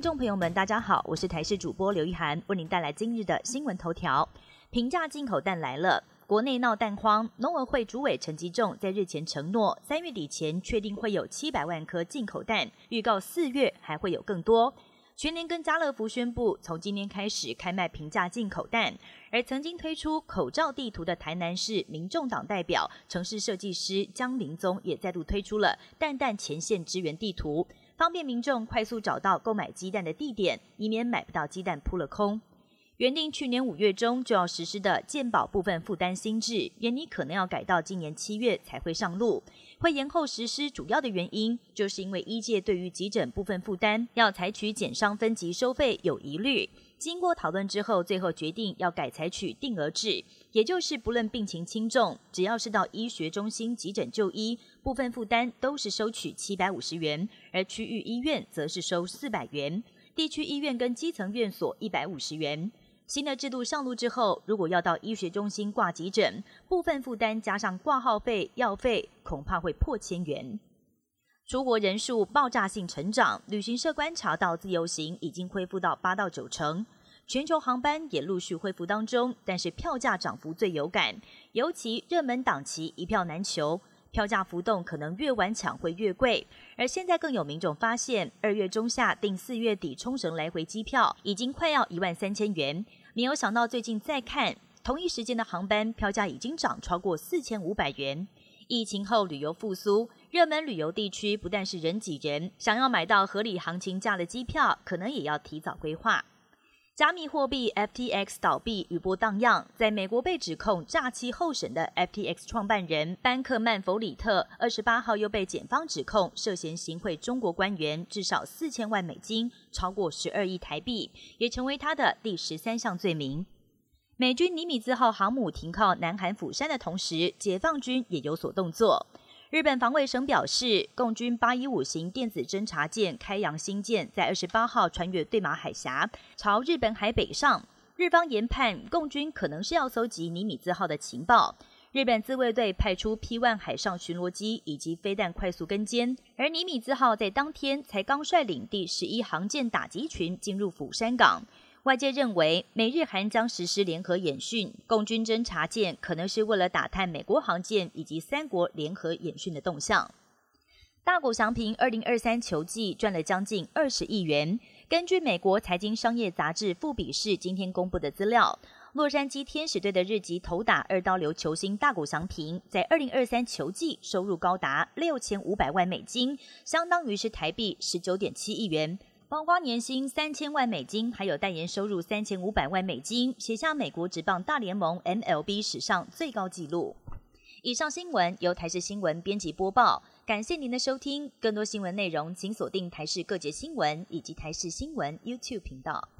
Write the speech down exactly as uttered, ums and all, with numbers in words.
众朋友们，大家好，我是台视主播刘一涵，为您带来今日的新闻头条。平价进口蛋来了，国内闹蛋荒，农委会主委陈吉仲在日前承诺，三月底前确定会有七百万颗进口蛋，预告四月还会有更多。全联跟家乐福宣布，从今天开始开卖平价进口蛋。而曾经推出口罩地图的台南市民众党代表、城市设计师江林宗也再度推出了蛋蛋前线支援地图，方便民众快速找到购买鸡蛋的地点，以免买不到鸡蛋扑了空。原定去年五月中就要实施的健保部分负担新制，原拟可能要改到今年七月才会上路。会延后实施主要的原因，就是因为医界对于急诊部分负担要采取减伤分级收费有疑虑。经过讨论之后，最后决定要改采取定额制，也就是不论病情轻重，只要是到医学中心急诊就医，部分负担都是收取七百五十元，而区域医院则是收四百元，地区医院跟基层院所一百五十元。新的制度上路之后，如果要到医学中心挂急诊，部分负担加上挂号费、药费，恐怕会破千元。出国人数爆炸性成长，旅行社观察到自由行已经恢复到八到九成，全球航班也陆续恢复当中，但是票价涨幅最有感，尤其热门档期一票难求，票价浮动可能越晚抢会越贵。而现在更有民众发现，二月中下订四月底冲绳来回机票已经快要一万三千元，没有想到最近再看同一时间的航班票价已经涨超过四千五百元。疫情后旅游复苏，热门旅游地区不但是人挤人，想要买到合理行情价的机票，可能也要提早规划。加密货币 F T X 倒闭余波荡漾，在美国被指控诈欺候审的 F T X 创办人班克曼弗里特，二十八号又被检方指控涉嫌行贿中国官员至少四千万美金，超过十二亿台币，也成为他的第十三项罪名。美军尼米兹号航母停靠南韩釜山的同时，解放军也有所动作。日本防卫省表示，共军八一五型电子侦察舰开阳新舰在二十八号穿越对马海峡，朝日本海北上。日方研判，共军可能是要搜集尼米兹号的情报。日本自卫队派出 P 一 海上巡逻机以及飞弹快速跟监，而尼米兹号在当天才刚率领第十一航舰打击群进入釜山港。外界认为，美日韩将实施联合演训，共军侦察舰可能是为了打探美国航舰以及三国联合演训的动向。大谷翔平二零二三球季赚了将近二十亿元。根据美国财经商业杂志富比士今天公布的资料，洛杉矶天使队的日籍投打二刀流球星大谷翔平在二零二三球季收入高达六千五百万美金，相当于是台币十九点七亿元。包括年薪三千万美金，还有代言收入三千五百万美金，写下美国职棒大联盟 M L B 史上最高纪录。以上新闻由台视新闻编辑播报，感谢您的收听。更多新闻内容，请锁定台视各节新闻以及台视新闻 YouTube 频道。